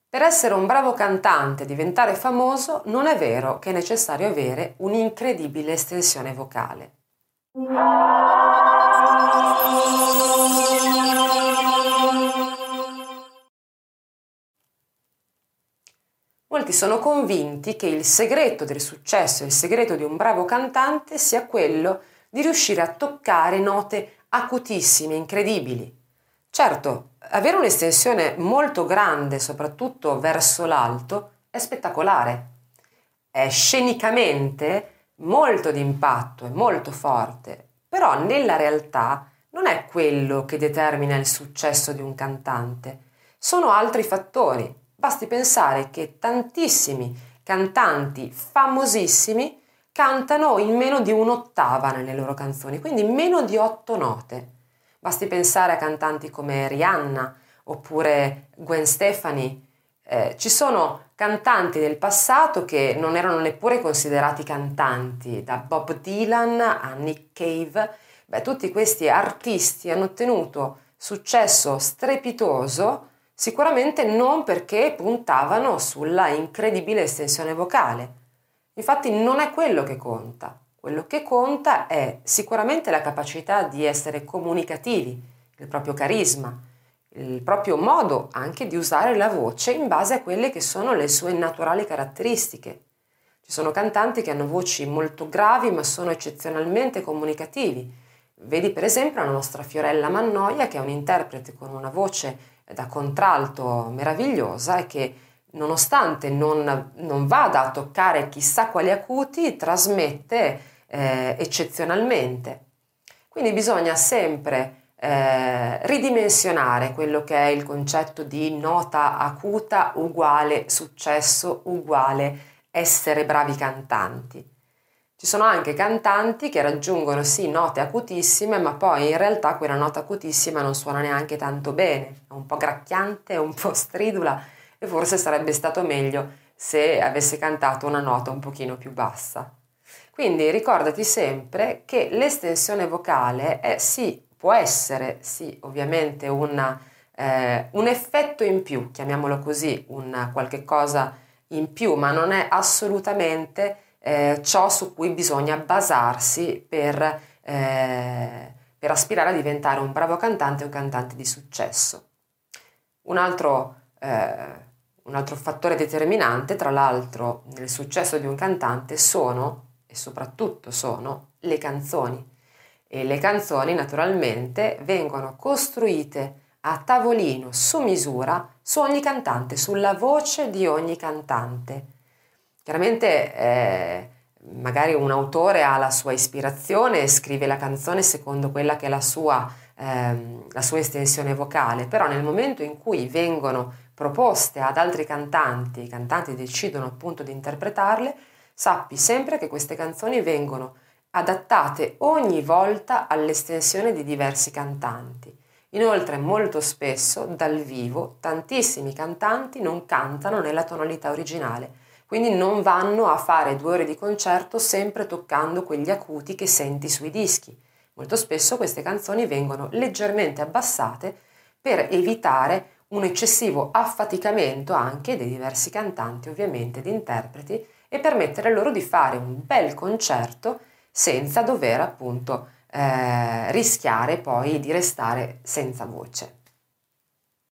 Per essere un bravo cantante e diventare famoso non è vero che è necessario avere un'incredibile estensione vocale. Molti sono convinti che il segreto del successo e il segreto di un bravo cantante sia quello di riuscire a toccare note acutissime, incredibili. Certo, avere un'estensione molto grande, soprattutto verso l'alto, è spettacolare. È scenicamente molto d'impatto, è molto forte, però nella realtà non è quello che determina il successo di un cantante. Sono altri fattori. Basti pensare che tantissimi cantanti famosissimi cantano in meno di un'ottava nelle loro canzoni, quindi meno di 8 note. Basti pensare a cantanti come Rihanna oppure Gwen Stefani. Ci sono cantanti del passato che non erano neppure considerati cantanti, da Bob Dylan a Nick Cave. Tutti questi artisti hanno ottenuto successo strepitoso, sicuramente non perché puntavano sulla incredibile estensione vocale. Infatti non è quello che conta. Quello che conta è sicuramente la capacità di essere comunicativi, il proprio carisma, il proprio modo anche di usare la voce in base a quelle che sono le sue naturali caratteristiche. Ci sono cantanti che hanno voci molto gravi ma sono eccezionalmente comunicativi. Vedi per esempio la nostra Fiorella Mannoia, che è un'interprete con una voce da contralto meravigliosa e che nonostante non vada a toccare chissà quali acuti, trasmette eccezionalmente. Quindi bisogna sempre ridimensionare quello che è il concetto di nota acuta uguale successo uguale essere bravi cantanti. Ci sono anche cantanti che raggiungono sì note acutissime, ma poi in realtà quella nota acutissima non suona neanche tanto bene, è un po' gracchiante, è un po' stridula e forse sarebbe stato meglio se avesse cantato una nota un pochino più bassa. Quindi ricordati sempre che l'estensione vocale è sì, può essere sì, ovviamente un effetto in più, chiamiamolo così, un qualche cosa in più, ma non è assolutamente ciò su cui bisogna basarsi per aspirare a diventare un bravo cantante o un cantante di successo. Un altro fattore determinante, tra l'altro, nel successo di un cantante sono, e soprattutto sono, le canzoni. E le canzoni, naturalmente, vengono costruite a tavolino su misura su ogni cantante, sulla voce di ogni cantante. Chiaramente magari un autore ha la sua ispirazione e scrive la canzone secondo quella che è la sua estensione vocale, però nel momento in cui vengono proposte ad altri cantanti, i cantanti decidono appunto di interpretarle, sappi sempre che queste canzoni vengono adattate ogni volta all'estensione di diversi cantanti. Inoltre molto spesso dal vivo tantissimi cantanti non cantano nella tonalità originale, quindi non vanno a fare 2 ore di concerto sempre toccando quegli acuti che senti sui dischi. Molto spesso queste canzoni vengono leggermente abbassate per evitare un eccessivo affaticamento anche dei diversi cantanti, ovviamente, ed interpreti, e permettere loro di fare un bel concerto senza dover appunto rischiare poi di restare senza voce.